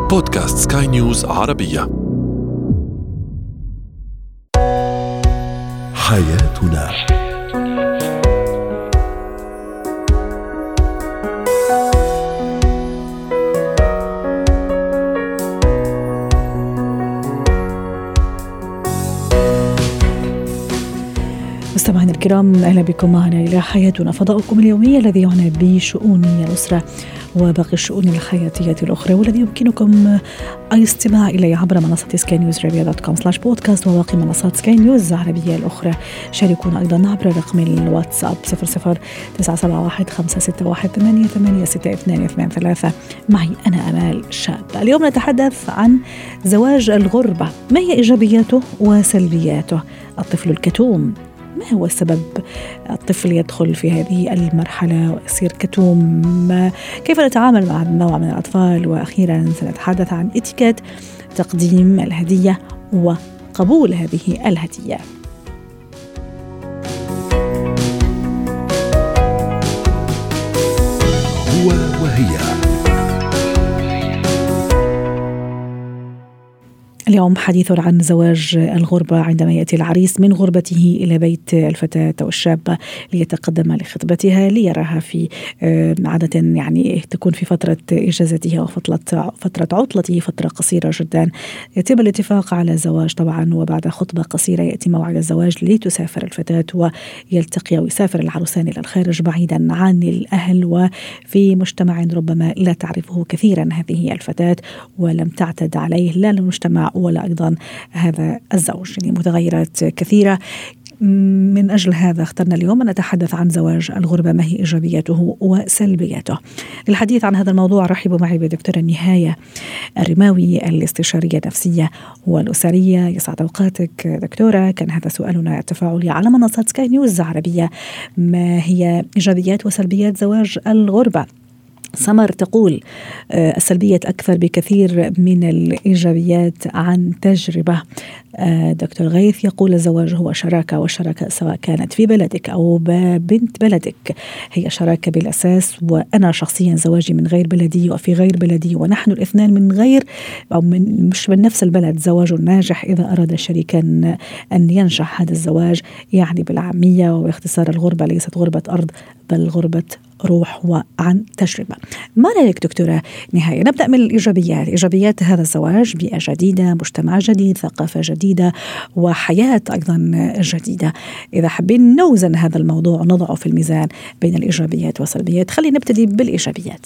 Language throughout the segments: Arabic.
بودكاست سكاي نيوز عربية. حياتنا. مستمعينا الكرام، أهلا بكم معنا إلى حياتنا، فضاؤكم اليومي الذي يعنى بشؤون الأسرة وباقي الشؤون الحياتية الأخرى، والذي يمكنكم الاستماع إليه عبر منصة skynewsarabia.com/podcast وباقي منصات سكاي نيوز العربية الأخرى. شاركونا أيضا عبر رقم الواتساب 00-971-561-8862-23. معي أنا أمال شاب. اليوم نتحدث عن زواج الغربة، ما هي إيجابياته وسلبياته؟ الطفل الكتوم، ما هو السبب الطفل يدخل في هذه المرحلة ويصير كتوم؟ كيف نتعامل مع النوع من الأطفال؟ وأخيرا سنتحدث عن اتيكيت تقديم الهدية وقبول هذه الهدية. هو وهي. اليوم حديث عن زواج الغربة، عندما يأتي العريس من غربته إلى بيت الفتاة أو الشابة ليتقدم لخطبتها، ليراها في عادة يعني تكون في فترة إجازته وفترة عطلته، فترة قصيرة جدا. يتم الاتفاق على الزواج طبعا، وبعد خطبة قصيرة يأتي موعد الزواج لتسافر الفتاة ويلتقي ويسافر العروسان إلى الخارج بعيدا عن الأهل وفي مجتمع ربما لا تعرفه كثيرا هذه الفتاة ولم تعتد عليه لا المجتمع ولا أيضا هذا الزوج، يعني متغيرات كثيرة. من أجل هذا اخترنا اليوم أن نتحدث عن زواج الغربة، ما هي إيجابياته وسلبياته. للحديث عن هذا الموضوع رحبوا معي بدكتورة نهاية الرماوي، الاستشارية النفسية والأسرية. يسعد أوقاتك دكتورة. كان هذا سؤالنا التفاعلي على منصات سكاي نيوز عربية، ما هي إيجابيات وسلبيات زواج الغربة؟ سمر تقول السلبيات أكثر بكثير من الإيجابيات عن تجربة. دكتور غيث يقول الزواج هو شراكة، والشراكة سواء كانت في بلدك أو بنت بلدك هي شراكة بالأساس. وأنا شخصيا زواجي من غير بلدي وفي غير بلدي، ونحن الاثنان من غير أو مش من نفس البلد، زواج ناجح إذا أراد الشريكان أن ينجح هذا الزواج. يعني بالعامية وباختصار الغربة ليست غربة أرض بل غربة روح وعن تجربة. ما رأيك دكتورة نهاية؟ نبدأ من الإيجابيات. إيجابيات هذا الزواج: بيئة جديدة، مجتمع جديد، ثقافة جديدة، وحياة أيضا جديدة. إذا حابين نوزن هذا الموضوع ونضعه في الميزان بين الإيجابيات والسلبيات، خلينا نبتدي بالإيجابيات.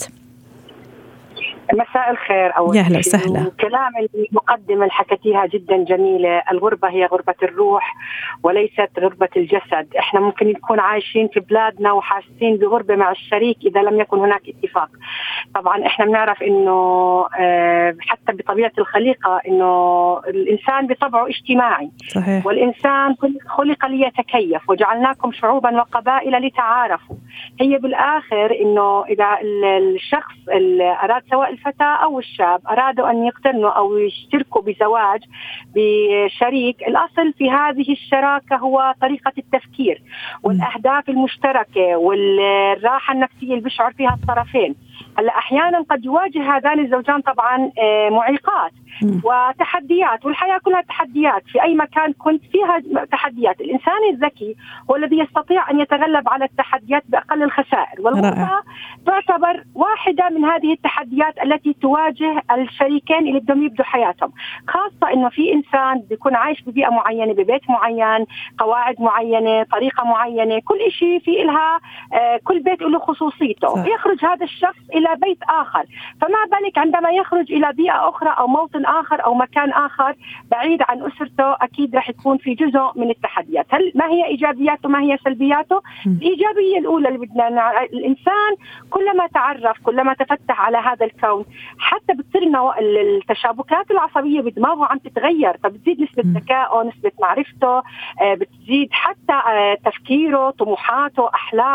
مساء الخير. أول يا أهلا وسهلا. كلام المقدمة اللي حكتيها جدا جميلة. الغربة هي غربة الروح وليست غربة الجسد. احنا ممكن نكون عايشين في بلادنا وحاسين بغربة مع الشريك إذا لم يكن هناك اتفاق. طبعا احنا بنعرف انه حتى بطبيعة الخليقة انه الإنسان بطبعه اجتماعي. صحيح. والإنسان خلق ليتكيف، وجعلناكم شعوبا وقبائل لتعارفوا. هي بالآخر انه إذا الشخص أراد سواء الفتاة أو الشاب أرادوا أن يقترنوا أو يشتركوا بزواج بشريك، الأصل في هذه الشراكة هو طريقة التفكير والأهداف المشتركة والراحة النفسية اللي بيشعر فيها الطرفين. هلا أحيانا قد يواجه هذان الزوجان طبعا معيقات وتحديات، والحياة كلها تحديات. في أي مكان كنت فيها تحديات. الإنسان الذكي هو الذي يستطيع أن يتغلب على التحديات بأقل الخسائر، والغربة تعتبر واحدة من هذه التحديات التي تواجه الشريكين اللي بدهم يبدوا حياتهم. خاصة إنه في إنسان بيكون عايش ببيئة معينة، ببيت معين، قواعد معينة، طريقة معينة، كل شيء في إلها كل بيت له خصوصيته. يخرج هذا الشخص إلى بيت آخر، فما بالك عندما يخرج إلى بيئة أخرى أو موطن آخر أو مكان آخر بعيد عن أسرته، أكيد رح يكون في جزء من التحديات. هل ما هي إيجابياته ما هي سلبياته؟ الإيجابية الأولى اللي بدنا الإنسان كلما تعرف كلما تفتح على هذا الكون، حتى بتصير التشابكات العصبية بدماغه عم تتغير، فبتزيد نسبة ذكائه، نسبة معرفته، بتزيد حتى تفكيره، طموحاته، أحلامه.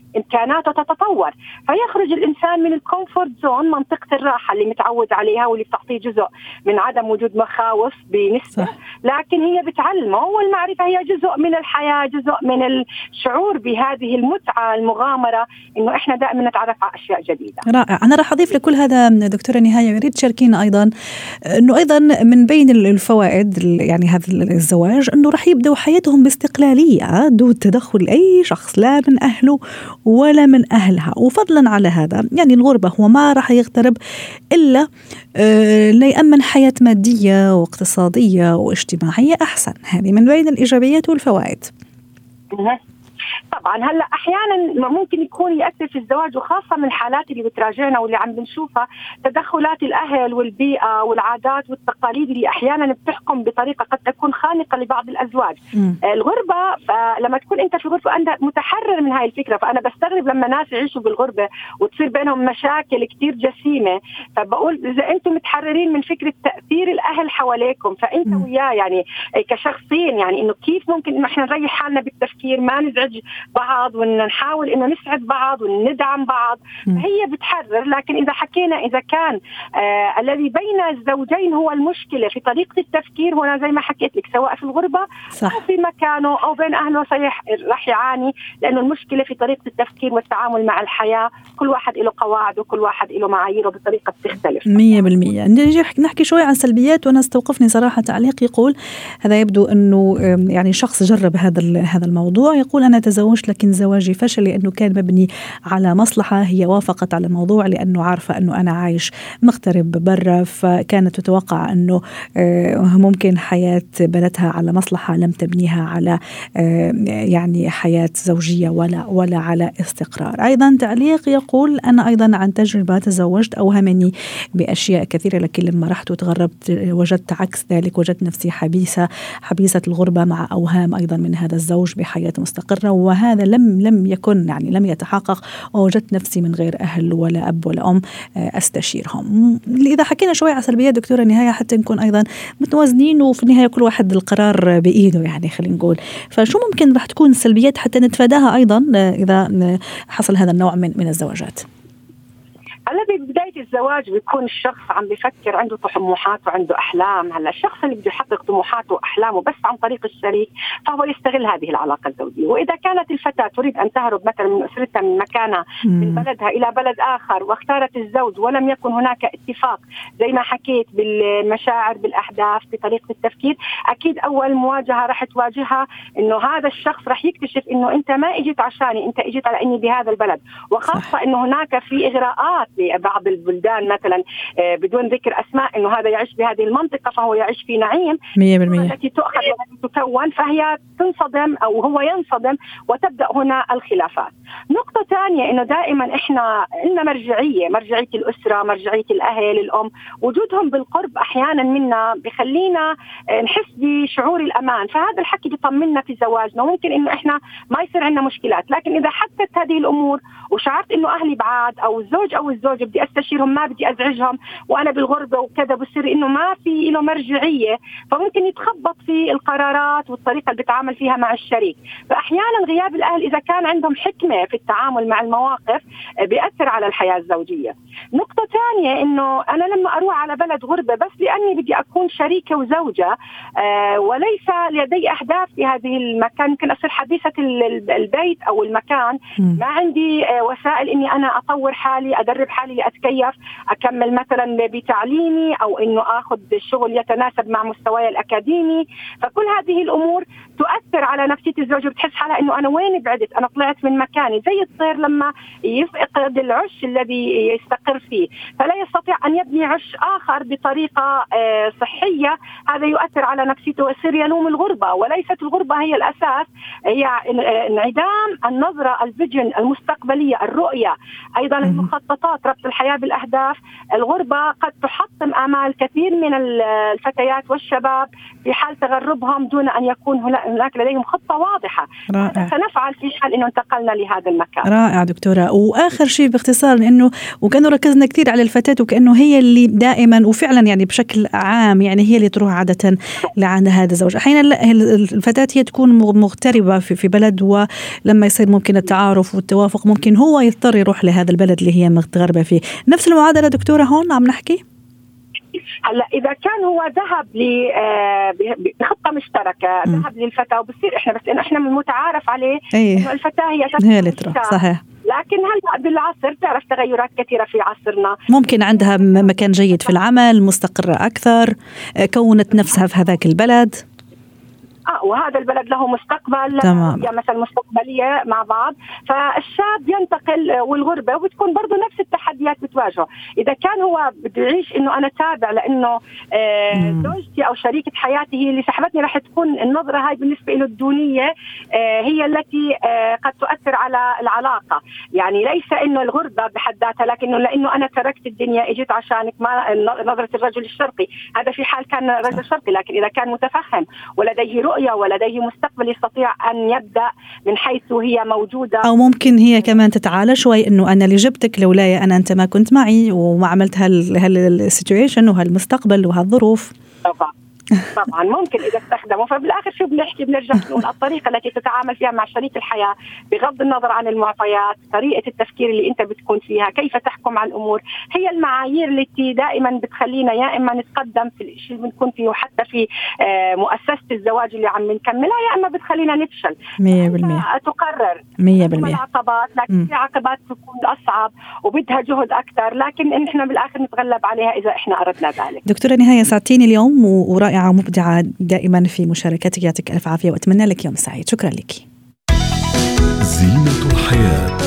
إمكاناته تتطور، فيخرج الإنسان من الكومفورت زون، منطقة الراحة اللي متعود عليها واللي بتعطيه جزء من عدم وجود مخاوف بنسبة صح. لكن هي بتعلمه، والمعرفة هي جزء من الحياة، جزء من الشعور بهذه المتعة المغامرة، إنه إحنا دائما نتعرف على أشياء جديدة. رائع. أنا راح أضيف لكل هذا دكتورة نهاية، يريد تشاركينا أيضا أنه أيضا من بين الفوائد يعني هذا الزواج أنه راح يبدأوا حياتهم باستقلالية دون تدخل أي شخص، لا من أهله ولا من أهلها. وفضلا على هذا يعني الغربة هو ما راح يغترب إلا ليأمن حياة مادية واقتصادية واجتماعية أحسن. هذه من بين الإيجابيات والفوائد. طبعا هلا احيانا ممكن يكون يأثر في الزواج، وخاصه من الحالات اللي بتراجعنا واللي عم بنشوفها تدخلات الاهل والبيئه والعادات والتقاليد اللي احيانا بتحكم بطريقه قد تكون خانقه لبعض الازواج. الغربه، فلما تكون انت في غربه انت متحرر من هاي الفكره، فانا بستغرب لما ناس يعيشوا بالغربه وتصير بينهم مشاكل كتير جسيمه. فبقول اذا انتم متحررين من فكره تاثير الاهل حواليكم، فانت وياه يعني كشخصين، يعني انه كيف ممكن انه احنا نريح حالنا بالتفكير، ما نزعج بعض، ونحاول انه نسعد بعض وندعم بعض. هي بتحرر. لكن اذا حكينا اذا كان الذي بين الزوجين هو المشكله في طريقه التفكير، هنا زي ما حكيت لك سواء في الغربه صح. او في مكانه او بين اهله، راح يعاني، لانه المشكله في طريقه التفكير والتعامل مع الحياه. كل واحد له قواعد وكل واحد له معاييره بطريقه بتختلف 100%. نجي نحكي شوي عن سلبيات، وانا استوقفني صراحه تعليق يقول هذا يبدو انه يعني شخص جرب هذا الموضوع، يقول انا تزوجت لكن زواجي فشل لأنه كان مبني على مصلحة. هي وافقت على الموضوع لأنه عارفة أنه أنا عايش مغترب برا، فكانت تتوقع أنه ممكن حياة بنتها على مصلحة لم تبنيها على يعني حياة زوجية ولا على استقرار. أيضا تعليق يقول أنا أيضا عن تجربة تزوجت أوهمني بأشياء كثيرة، لكن لما رحت وتغربت وجدت عكس ذلك، وجدت نفسي حبيسة الغربة مع أوهام أيضا من هذا الزوج بحياة مستقرة، وهذا لم يكن يعني لم يتحقق، ووجدت نفسي من غير أهل ولا أب ولا أم أستشيرهم. إذا حكينا شوي على سلبيات دكتورة نهاية حتى نكون أيضا متوازنين، وفي النهاية كل واحد القرار بإيده يعني خلينا نقول، فشو ممكن راح تكون السلبيات حتى نتفاداها أيضا إذا حصل هذا النوع من الزواجات؟ هلا ببداية الزواج بيكون الشخص عم بيفكر، عنده طموحات وعنده أحلام. هلا الشخص اللي بده يحقق طموحاته وأحلامه بس عن طريق الشريك، فهو يستغل هذه العلاقة الزوجية. وإذا كانت الفتاة تريد أن تهرب مثلا من أسرتها، من مكانها، من بلدها إلى بلد آخر، واختارت الزوج ولم يكن هناك اتفاق زي ما حكيت بالمشاعر بالأحداث بطريقة التفكير، أكيد أول مواجهة راح تواجهها إنه هذا الشخص راح يكتشف إنه أنت ما إجيت عشاني، أنت إجيت على إني بهذا البلد. وخاصة إنه هناك في إغراءات ببعض البلدان مثلا بدون ذكر أسماء، إنه هذا يعيش بهذه المنطقة فهو يعيش في نعيم 100%. التي تؤخذ والتي تكون، فهي تنصدم أو هو ينصدم، وتبدأ هنا الخلافات. نقطة ثانية إنه دائما إحنا لنا مرجعية الأسرة، مرجعية الأهل الأم، وجودهم بالقرب أحيانا منا بخلينا نحس بشعور الأمان. فهذا الحكي بيطمنا في زواجنا، وممكن إنه إحنا ما يصير عندنا مشكلات. لكن إذا حدثت هذه الأمور وشعرت إنه أهلي بعاد أو الزوج أو الزوجة بدي أستشيرهم، ما بدي أزعجهم وأنا بالغربة وكذا، بصير إنه ما في له مرجعية، فممكن يتخبط في القرارات والطريقة اللي بتعامل فيها مع الشريك. فأحيانا غياب الأهل إذا كان عندهم حكمة في التعامل مع المواقف بيأثر على الحياة الزوجية. نقطة ثانية إنه أنا لما أروح على بلد غربة بس لأني بدي أكون شريكة وزوجة وليس لدي أهداف في هذه المكان، ممكن أصير حبيسة البيت أو المكان، ما عندي وسائل إني أنا أطور حالي، أدرب حالي لأتكيف، أكمل مثلا بتعليمي، أو إنه أخذ شغل يتناسب مع مستواي الأكاديمي. فكل هذه الأمور تؤثر على نفسية الزوجة، بتحس حالها إنه أنا وين بعدت، أنا طلعت من مكاني، زي الطير لما يفقد العش الذي يستقر فيه فلا يستطيع أن يبني عش آخر بطريقة صحية، هذا يؤثر على نفسيته ويصير يلوم الغربة. وليست الغربة هي الأساس، هي انعدام النظرة الفيجن المستقبلية، الرؤية، أيضا المخططات، ربط الحياة بالأهداف. الغربة قد تحطم آمال كثير من الفتيات والشباب في حال تغربهم دون أن يكون هناك لديهم خطة واضحة. سنفعل في حال أنه انتقلنا لهذا المكان. رائع دكتورة. وآخر شيء باختصار، لأنه وكأنه ركزنا كثير على الفتاة وكأنه هي اللي دائما وفعلا يعني بشكل عام يعني هي اللي تروح عادة لعند هذا الزوج. أحيانا الفتاة هي تكون مغتربة في بلد، ولما يصير ممكن التعارف والتوافق ممكن هو يضطر يروح لهذا البلد اللي هي متغربة فيه. نفس المعادلة دكتورة هون عم نحكي؟ هلا إذا كان هو ذهب بخطة مشتركة، ذهب للفتاة وبصير إحنا بس إنه إحنا متعارف عليه إنه الفتاة هي اللي تروح. صحيح. لكن هلا بالعصر تعرف تغيرات كثيرة في عصرنا، ممكن عندها مكان جيد في العمل، مستقرة أكثر، كونت نفسها في هذاك البلد، وهذا البلد له مستقبل، مثلا مستقبلية مع بعض. فالشاب ينتقل والغربة وبتكون برضو نفس التحديات بتواجهه. إذا كان هو بده يعيش إنه أنا تابع لأنه زوجتي أو شريكة حياتي هي اللي سحبتني، رح تكون النظرة هاي بالنسبة له الدونية هي التي قد تؤثر على العلاقة. يعني ليس إنه الغربة بحد ذاتها، لكنه لأنه أنا تركت الدنيا إجيت عشانك، ما نظرة الرجل الشرقي. هذا في حال كان رجل شرقي، لكن إذا كان متفهم ولديه رؤية ولديه مستقبل يستطيع أن يبدأ من حيث هي موجودة. أو ممكن هي كمان تتعالى شوي إنه أنا اللي جبتك لولاية أنا أنت ما كنت معي وما عملت هالسيتويشن وهالمستقبل وهالظروف. طبعا ممكن إذا استخدموا. فبالآخر شو بنحكي؟ بنرجع نقول الطريقة التي تتعامل فيها مع شريك الحياة بغض النظر عن المعطيات، طريقة التفكير اللي أنت بتكون فيها، كيف تحكم على الأمور، هي المعايير التي دائما بتخلينا يا إما نتقدم في الشيء اللي بنكون فيه وحتى في مؤسسة الزواج اللي عم نكملها، يا إما بتخلينا نفشل. 100% تقرر 100% عقبات، لكن في عقبات تكون أصعب وبدها جهد أكثر، لكن إحنا بالآخر نتغلب عليها إذا إحنا أردنا ذلك. دكتورة نهاية ساعتيني اليوم ورائعة ومبدعة دائما في مشاركتك، يعطيك ألف عافية وأتمنى لك يوم سعيد. شكرا لك. زينة الحياة.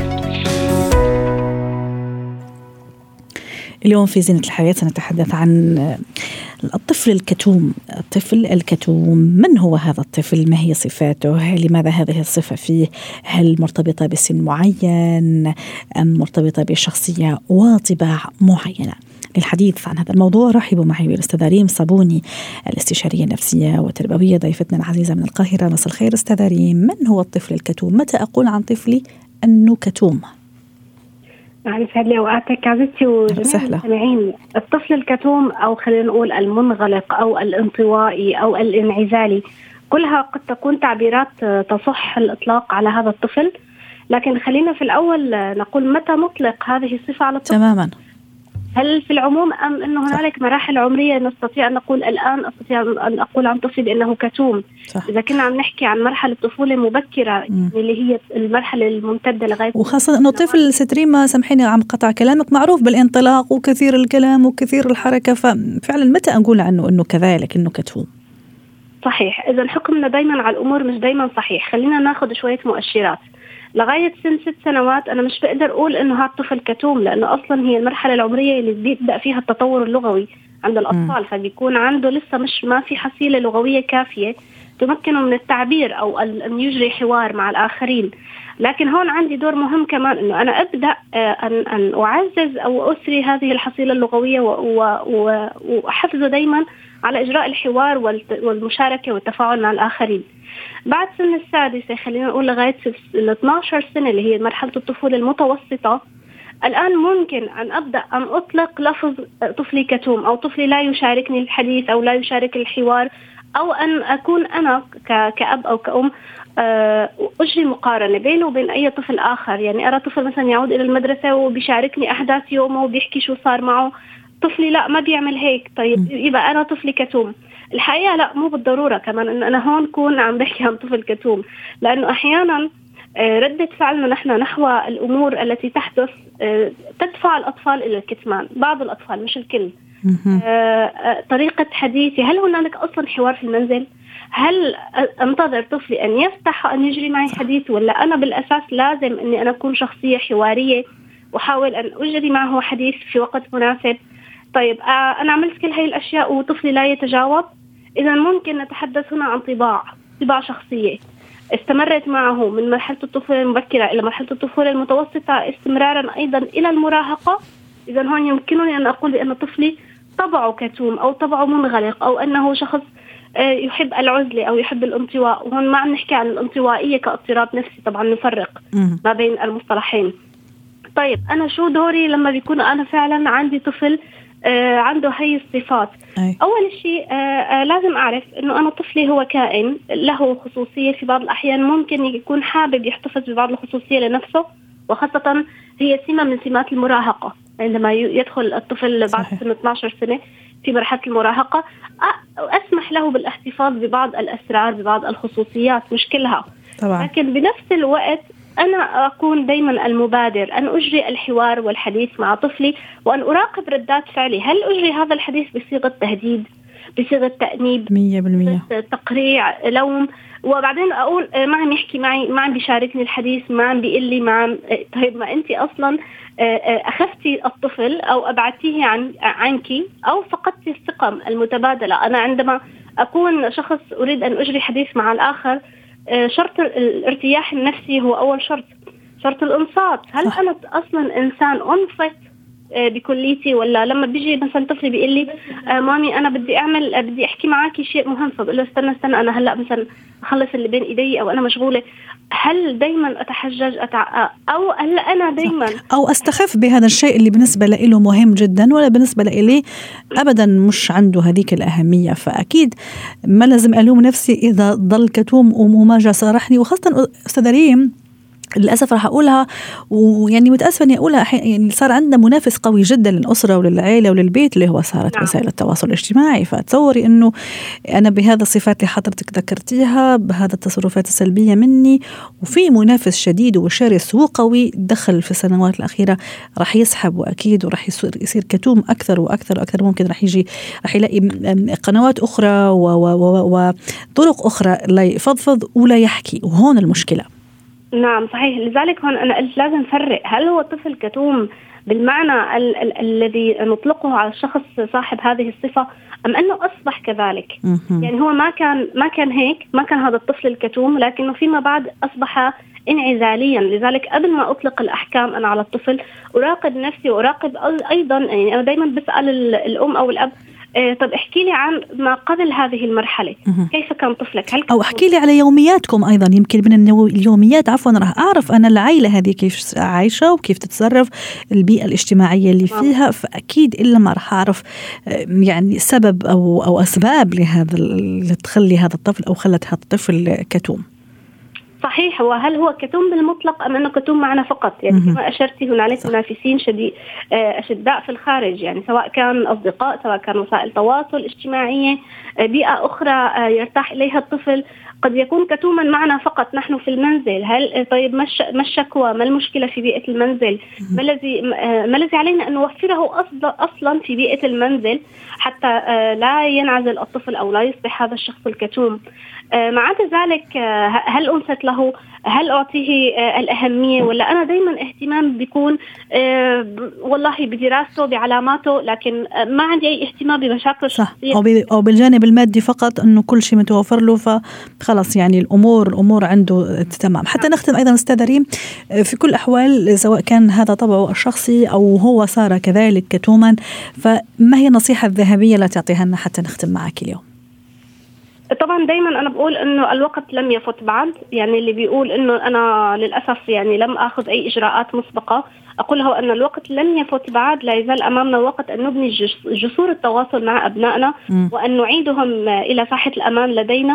اليوم في زينة الحياة سنتحدث عن الطفل الكتوم. الطفل الكتوم، من هو هذا الطفل؟ ما هي صفاته؟ لماذا هذه الصفة فيه؟ هل مرتبطة بسن معين أم مرتبطة بشخصية وطباع معينة؟ للحديث عن هذا الموضوع رحبوا معي بالأستاذة ريم صابوني، الاستشارية النفسية والتربوية، ضيفتنا العزيزة من القاهرة. مساء الخير أستاذة ريم. من هو الطفل الكتوم؟ متى أقول عن طفلي أنه كتوم؟ يسعد لي اوقاتك عزيزتي وجميع المستمعين. الطفل الكتوم او خلينا نقول المنغلق او الانطوائي او الانعزالي، كلها قد تكون تعبيرات تصح الاطلاق على هذا الطفل، لكن خلينا في الاول نقول متى نطلق هذه الصفة على الطفل تماما. هل في العموم أم أنه هنالك مراحل عمرية نستطيع أن نقول الآن أستطيع أن أقول عن طفلي بأنه كتوم؟ صح. إذا كنا عم نحكي عن مرحلة طفولة مبكرة يعني اللي هي المرحلة الممتدة لغاية، وخاصة أنه طفل ستريما سامحيني عم قطع كلامك معروف بالانطلاق وكثير الكلام وكثير الحركة، ففعلا متى أقول عنه أنه كذلك أنه كتوم؟ صحيح. إذا حكمنا دايما على الأمور مش دايما صحيح. خلينا ناخد شوية مؤشرات. لغاية سن 6 سنوات أنا مش بقدر أقول إنه هذا الطفل كتوم، لأنه أصلا هي المرحلة العمرية اللي بيبدأ فيها التطور اللغوي عند الأطفال، فبيكون عنده لسه ما في حصيلة لغوية كافية تمكنه من التعبير أو أن يجري حوار مع الآخرين. لكن هون عندي دور مهم كمان، إنه أنا أبدأ أن أعزز أو أسري هذه الحصيلة اللغوية وأحفزه دايما على إجراء الحوار والمشاركة والتفاعل مع الآخرين. بعد سن 6 خلينا نقول لغاية 12 سنة اللي هي مرحلة الطفولة المتوسطة، الآن ممكن أن أبدأ أن أطلق لفظ طفلي كتوم أو طفلي لا يشاركني الحديث أو لا يشارك الحوار، أو أن أكون أنا كأب أو كأم أجري مقارنة بينه وبين أي طفل آخر. يعني أرى طفل مثلا يعود إلى المدرسة وبيشاركني أحداث يومه وبيحكي شو صار معه، طفلي لا ما بيعمل هيك، طيب يبقى أنا طفلي كتوم. الحقيقة لا، مو بالضرورة كمان أن أنا هون كون عم بحكي عن طفل كتوم، لأنه أحيانا ردة فعلنا نحن نحو الأمور التي تحدث تدفع الأطفال إلى الكتمان. بعض الأطفال مش الكل. طريقة حديثي، هل هنالك أصلا حوار في المنزل؟ هل أنتظر طفلي أن يفتح أن يجري معي حديث، ولا أنا بالأساس لازم أني أنا أكون شخصية حوارية وحاول أن أجري معه حديث في وقت مناسب؟ طيب أنا عملت كل هاي الأشياء وطفلي لا يتجاوب، إذا ممكن نتحدث هنا عن طباع شخصية. استمرت معه من مرحلة الطفولة المبكرة إلى مرحلة الطفولة المتوسطة استمرارا أيضا إلى المراهقة، إذا هون يمكنني أن أقول بأن طفلي طبعه كتوم أو طبعه منغلق أو أنه شخص يحب العزلة أو يحب الانطواء. وهون ما عم نحكي عن الانطوائية كاضطراب نفسي، طبعا نفرق ما بين المصطلحين. طيب أنا شو دوري لما بيكون أنا فعلا عندي طفل عنده هاي الصفات؟ أول شيء لازم أعرف أنه أنا طفلي هو كائن له خصوصية، في بعض الأحيان ممكن يكون حابب يحتفظ ببعض الخصوصية لنفسه، وخاصة هي سمة من سمات المراهقة عندما يدخل الطفل بعد سن 12 سنة في مرحلة المراهقة. أسمح له بالاحتفاظ ببعض الأسرار ببعض الخصوصيات مش كلها طبعا. لكن بنفس الوقت أنا أكون دائما المبادر أن أجري الحوار والحديث مع طفلي، وأن أراقب ردات فعلي. هل أجري هذا الحديث بصيغة تهديد، بصيغة تأنيب، 100% تقريع، لوم، وبعدين أقول ما عم يحكي معي، ما عم بيشاركني الحديث، ما عم بيقول لي، ما عم. طيب ما أنت أصلا أخفتي الطفل أو أبعدتيه عنك أو فقدتي الثقة المتبادلة. أنا عندما أكون شخص أريد أن أجري حديث مع الآخر، شرط الارتياح النفسي هو أول شرط. شرط الإنصات، هل أنا أصلا إنسان أنصت بكليتي، ولا لما بيجي مثلا طفلي بيقول لي مامي أنا بدي أحكي معاكي شيء مهم، فبقول له استنى أنا هلأ مثلا أخلص اللي بين إيدي أو أنا مشغولة. هل دايما أتحجج أو هل أنا دايما أو أستخف بهذا الشيء اللي بالنسبة له مهم جدا ولا بالنسبة لي أبدا مش عنده هذيك الأهمية؟ فأكيد ما لازم ألوم نفسي إذا ضل كتوم وما جا صارحني. وخاصة أستاذ ريم للأسف راح أقولها، ويعني متأسفة أني أقولها، يعني صار عندنا منافس قوي جدا للأسرة وللعائلة وللبيت اللي هو صارت وسائل التواصل الاجتماعي. فتصوري أنه أنا بهذا الصفات اللي حضرتك ذكرتيها، بهذا التصرفات السلبية مني، وفي منافس شديد وشرس وقوي دخل في السنوات الأخيرة، راح يسحب وأكيد وراح يصير كتوم أكثر وأكثر وأكثر. ممكن راح يلاقي قنوات أخرى وطرق أخرى لا يفضفض ولا يحكي، وهون المشكلة. نعم صحيح. لذلك هون أنا قلت لازم نفرق، هل هو طفل كتوم بالمعنى الذي نطلقه على الشخص صاحب هذه الصفة، أم أنه أصبح كذلك؟ يعني هو ما كان هيك، ما كان هذا الطفل الكتوم، لكنه فيما بعد أصبح انعزاليا. لذلك قبل ما أطلق الأحكام أنا على الطفل أراقب نفسي وأراقب أيضا، يعني أنا دايما بسأل الأم أو الأب طب احكي لي عن ما قبل هذه المرحلة، كيف كان طفلك؟ أو احكي لي على يومياتكم أيضا، يمكن من اليوميات راح أعرف أنا العائلة هذه كيف عايشة وكيف تتصرف، البيئة الاجتماعية اللي فيها. فأكيد إلا ما راح أعرف يعني سبب أو أسباب لهذا اللي تخلي هذا الطفل أو خلت هذا الطفل كتوم. صحيح. وهل هو كتوم بالمطلق أم أنه كتوم معنا فقط؟ يعني كما أشرتي هنالك منافسين أشداء في الخارج، يعني سواء كان أصدقاء، سواء كان وسائل تواصل اجتماعية، بيئة أخرى يرتاح إليها الطفل. قد يكون كتوما معنا فقط نحن في المنزل. هل طيب ما الشكوى، ما المشكلة في بيئة المنزل؟ ما الذي علينا أن نوفره أصلا في بيئة المنزل حتى لا ينعزل الطفل أو لا يصبح هذا الشخص الكتوم؟ مع ذلك هل أنصت له؟ هل أعطيه الأهمية؟ ولا أنا دايما اهتمام بيكون والله بدراسته بعلاماته، لكن ما عندي أي اهتمام بمشاكل الشخصية أو بالجانب المادي فقط، أنه كل شيء متوفر له فخلص يعني الأمور عنده تمام. حتى نختم أيضا أستاذ ريم، في كل الأحوال سواء كان هذا طبعه الشخصي أو هو صار كذلك كتوما، فما هي النصيحة الذهبية لا تعطيها لنا حتى نختم معك اليوم؟ طبعا دايما أنا بقول إنه الوقت لم يفت بعد. يعني اللي بيقول إنه أنا للأسف يعني لم أخذ أي إجراءات مسبقة، أقول له أن الوقت لم يفت بعد، لا يزال أمامنا وقت أن نبني جسور التواصل مع أبنائنا وأن نعيدهم إلى ساحة الأمان لدينا.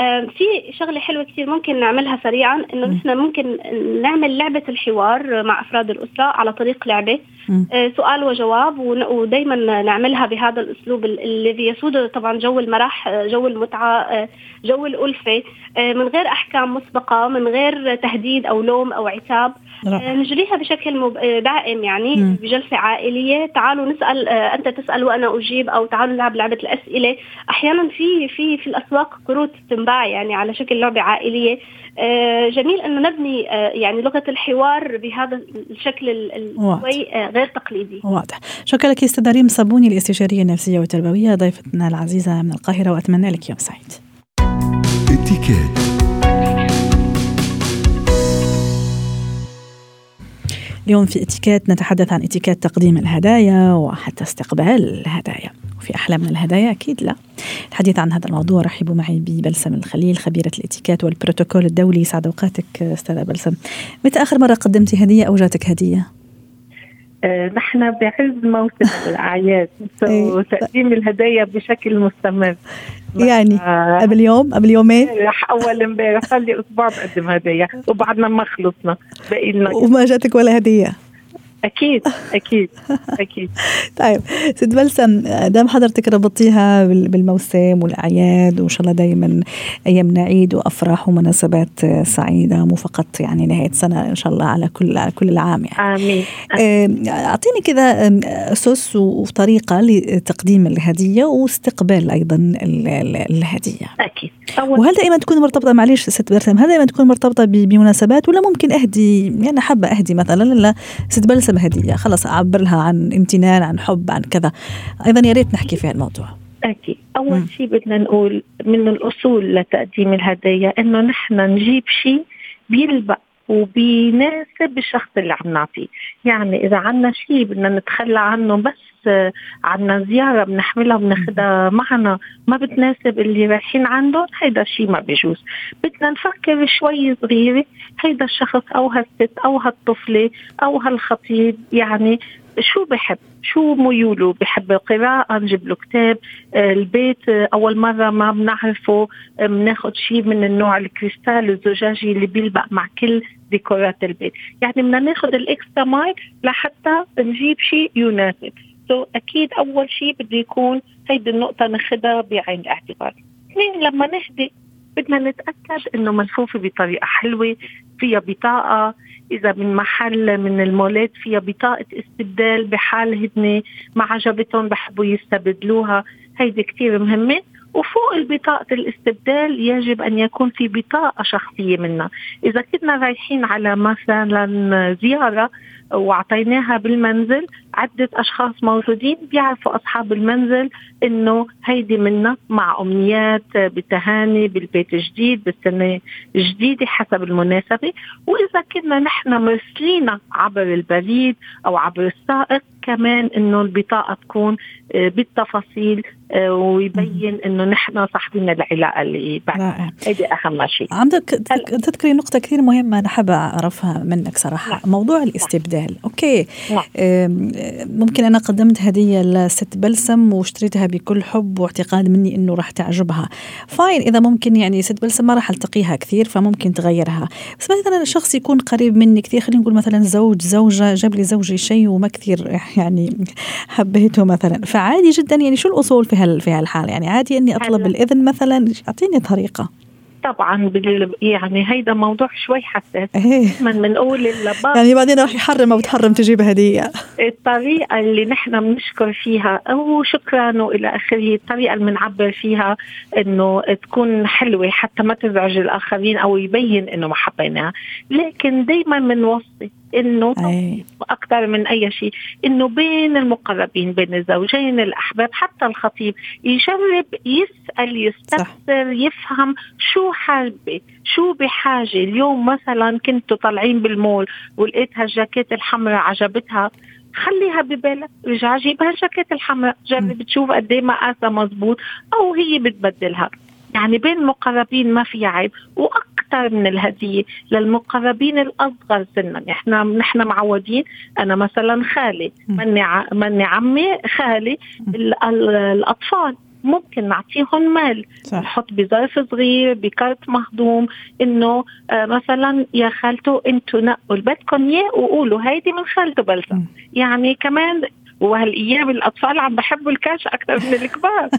في شغلة حلوة كتير ممكن نعملها سريعا، إنه نحن ممكن نعمل لعبة الحوار مع أفراد الأسرة على طريق لعبة سؤال وجواب، ودايما نعملها بهذا الأسلوب الذي يسود طبعا جو المرح، جو المتعة، جو الألفة، من غير أحكام مسبقة، من غير تهديد أو لوم أو عتاب. نجريها بشكل دائم، يعني بجلسة عائلية. تعالوا نسأل، أنت تسأل وأنا أجيب، أو تعالوا نلعب لعبة الأسئلة. أحيانا في الأسواق كروت تنباع يعني على شكل لعبة عائلية. جميل أنه نبني يعني لغة الحوار بهذا الشكل غير تقليدي. واضح. شكرا لك أستاذة ريم صابوني، الاستشارية النفسية والتربوية، ضيفتنا العزيزة من القاهرة، وأتمنى لك يوم سعيد. اليوم في اتيكيت نتحدث عن اتيكيت تقديم الهدايا وحتى استقبال الهدايا، وفي أحلى من الهدايا أكيد لا. الحديث عن هذا الموضوع رحبوا معي ببلسم الخليل خبيرة الاتيكيت والبروتوكول الدولي. سعد أوقاتك أستاذة بلسم. متى آخر مرة قدمتي هدية أو جاتك هدية؟ نحن بعز موسم الأعياد وتقديم الهدايا بشكل مستمر، يعني قبل يوم قبل يومين رح أول امبارح صار لي أسبوع بقدم هدايا وبعدنا ما خلصنا باقي لنا وما جاتك ولا هدية؟ أكيد أكيد أكيد. طيب ست بلسم، دام حضرتك ربطيها بالموسم والأعياد، وإن شاء الله دايما أيامنا عيد وأفراح ومناسبات سعيدة، مو فقط يعني نهاية سنة إن شاء الله على كل العام يعني. آمين. أعطيني كذا أسس وطريقة لتقديم الهدية واستقبال أيضا الهدية. أكيد. وهل دائما تكون مرتبطة، معليش ست بلسم، هل دائما تكون مرتبطة بمناسبات ولا ممكن أهدي يعني حابة أهدي مثلا لا ست بلسم هدية خلاص أعبر لها عن امتنان عن حب عن كذا؟ أيضا يا ريت نحكي في هالموضوع. أكيد. أول شيء بدنا نقول من الأصول لتقديم الهدايا إنه نحن نجيب شيء بيلبق وبيناسب الشخص اللي عم نعطيه. يعني إذا عنا شيء بدنا نتخلى عنه، بس عنا زيارة بنحملها وبناخدها معنا ما بتناسب اللي رايحين عنده، هيدا الشيء ما بيجوز. بدنا نفكر شوي صغيرة، هيدا الشخص أو هالست أو هالطفلة أو هالخطيب يعني شو بحب، شو ميوله، بحب القراءة نجيب له كتاب. البيت أول مرة ما بنعرفه بناخد شيء من النوع الكريستال الزجاجي اللي بيلبق مع كل ديكورات البيت. يعني بدنا ناخد الإكسترا مايل لحتى نجيب شيء يناسب. أكيد أول شيء بده يكون هيدي النقطة ناخدها بعين الاعتبار. اثنين، لما نهدي بدنا نتأكد إنه ملفوفة بطريقة حلوة، فيها بطاقة، إذا من محل من المولات فيها بطاقة استبدال بحال هدنة ما عجبتهم بحبوا يستبدلوها، هيدي كتير مهمة. وفوق البطاقة الاستبدال يجب أن يكون في بطاقة شخصية منا. إذا كنا رايحين على مثلا زيارة وعطيناها بالمنزل، عدة أشخاص موجودين بيعرفوا أصحاب المنزل إنه هيدي منا مع أمنيات بتهاني بالبيت الجديد بالسنة الجديدة حسب المناسبة. وإذا كنا نحن مرسلين عبر البريد أو عبر السائق كمان إنه البطاقة تكون بالتفاصيل ويبين إنه نحن صاحبين العلاقة اللي بعد. هذه أهم شيء. عندك تذكري نقطة كثير مهمة أنا حابة أعرفها منك صراحة. موضوع الاستبدال. أوكي. ممكن أنا قدمت هدية لست بلسم واشتريتها بكل حب واعتقاد مني إنه راح تعجبها. فاين إذا ممكن يعني ست بلسم ما راح ألتقيها كثير فممكن تغيرها. بس مثلا الشخص يكون قريب مني كثير، خلينا نقول مثلا زوجة جاب لي زوجي شيء وما كثير يعني حبيته مثلا، فعادي جدا يعني شو الأصول في هالحالة؟ يعني عادي إني أطلب الإذن مثلا، أعطيني طريقة. طبعا يعني هيدا موضوع شوي حساس. من بنقول اللباب يعني بعدين راح يحرم أو تحرم تجيب هدية. الطريقة اللي نحن بنشكر فيها أو شكرا وإلى آخره، الطريقة اللي بنعبر فيها إنه تكون حلوة حتى ما تزعج الآخرين أو يبين إنه ما حبيناها. لكن دايما بنوصي إنه أكثر من أي شيء إنه بين المقربين، بين الزوجين الأحباب، حتى الخطيب يجرب يسأل يستفسر يفهم شو حابة شو بحاجة. اليوم مثلا كنتوا طالعين بالمول ولقيت هالجاكيت الحمراء عجبتها، خليها ببالك، رجع جيبها الجاكيت الحمراء، جرب تشوف قد ايه مقاسها مزبوط أو هي بتبدلها. يعني بين المقربين ما في عيب. وأكثر من الهدية للمقربين الأصغر سنا، نحن معودين، أنا مثلا خالي مني عمي خالي، الأطفال ممكن نعطيهم مال، نحط بظرف صغير بكارت مهضوم إنه مثلا يا خالته انتوا نقوا بدكم اياه وقولوا هيدي من خالته بلسم. يعني كمان وهالأيام الأطفال عم بحبوا الكاش أكثر من الكبار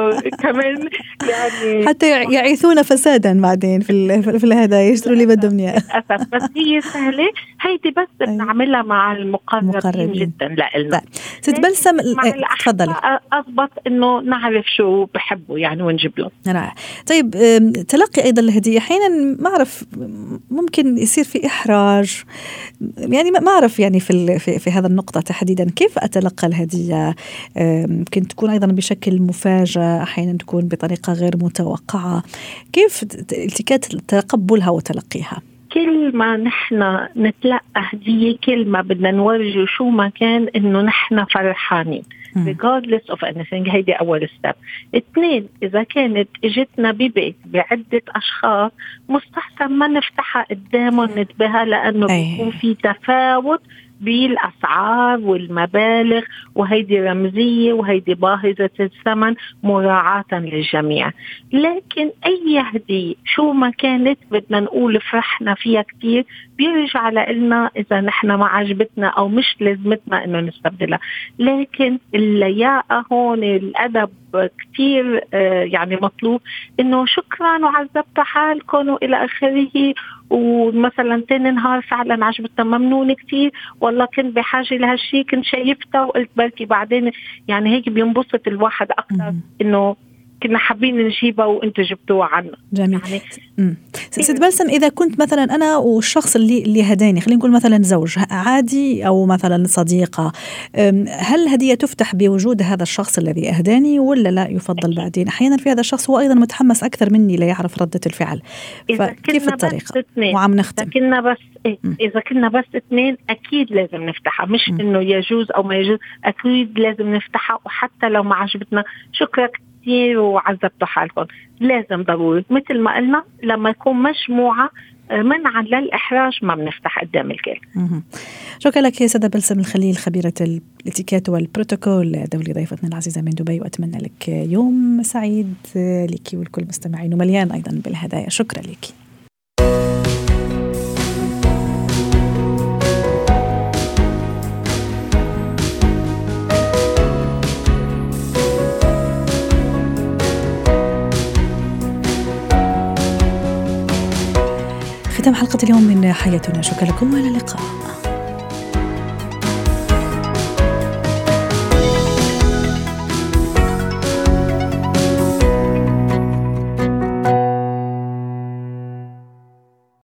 كمان، يعني حتى يعيثون فسادا بعدين في الهدايا يشتروا اللي بدهم إياه للأسف. بس هي سهلة، هيدي بس بنعملها مع المقربين جدا لإلنا. ست بلسم تفضلي. أضبط إنه نعرف شو بحبوا يعني ونجيب له. رائع. طيب تلقي أيضا الهدية أحيانا ما أعرف ممكن يصير في إحراج، يعني ما أعرف يعني في هذا النقطة تحديدا كيف أتلقى الهدية؟ ممكن تكون أيضا بشكل مفاجئ، أحيانا تكون بطريقة غير متوقعة. كيف اتيكيت تقبلها وتلقيها؟ كل ما نحن نتلقى هدية، كل ما بدنا نورجي شو ما كان إنه نحن فرحانين regardless of anything. هيدي أول step. 2، إذا كانت اجتنا ببيت بعدة أشخاص مستحسن ما نفتحها قدامهم نتباهى، لأنه بيكون في تفاوت بالأسعار والمبالغ، وهيدي رمزية وهيدي باهظة الثمن مراعاة للجميع. لكن أي هدية شو ما كانت بدنا نقول فرحنا فيها كتير، بيرجع لنا إذا نحن ما عجبتنا أو مش لازمتنا إنه نستبدلها. لكن اللياقة هون، الأدب كتير يعني مطلوب، إنه شكرا وعذبت حالكم وإلى آخره، ومثلا تاني نهار فعلا عجبتنا ممنون كتير، والله كنت بحاجة لهالشي، كنت شايفتها وقلت بركي بعدين. يعني هيك بينبسط الواحد أكتر إنه كنا حابين نجيبها وانتوا جبتوها عنا. جميل. يعني ست بلسم، إذا كنت مثلا أنا والشخص اللي هداني، خلينا نقول مثلا زوج عادي أو مثلا صديقة، هل الهدية تفتح بوجود هذا الشخص الذي أهداني ولا لا يفضل بعدين؟ أحيانا في هذا الشخص هو أيضا متحمس أكثر مني لا يعرف ردة الفعل، فكيف الطريقة؟ وعم نختم إذا كنا بس 2 أكيد لازم نفتحها، مش إنه يجوز أو ما يجوز، أكيد لازم نفتحها. وحتى لو ما عجبتنا شكرا كتير وعذبتوا حالكم، لازم ضروري مثل ما قلنا لما يكون مجموعة منعا للإحراج ما بنفتح قدام الكل. شكرا لك يا سيدة بلسم الخليل، خبيرة الاتيكيت والبروتوكول الدولي، ضيفتنا العزيزة من دبي، وأتمنى لك يوم سعيد لك ولكل مستمعين ومليان أيضا بالهدايا. شكرا لك. ختام حلقة اليوم من حياتنا، شكرا لكم وإلى اللقاء.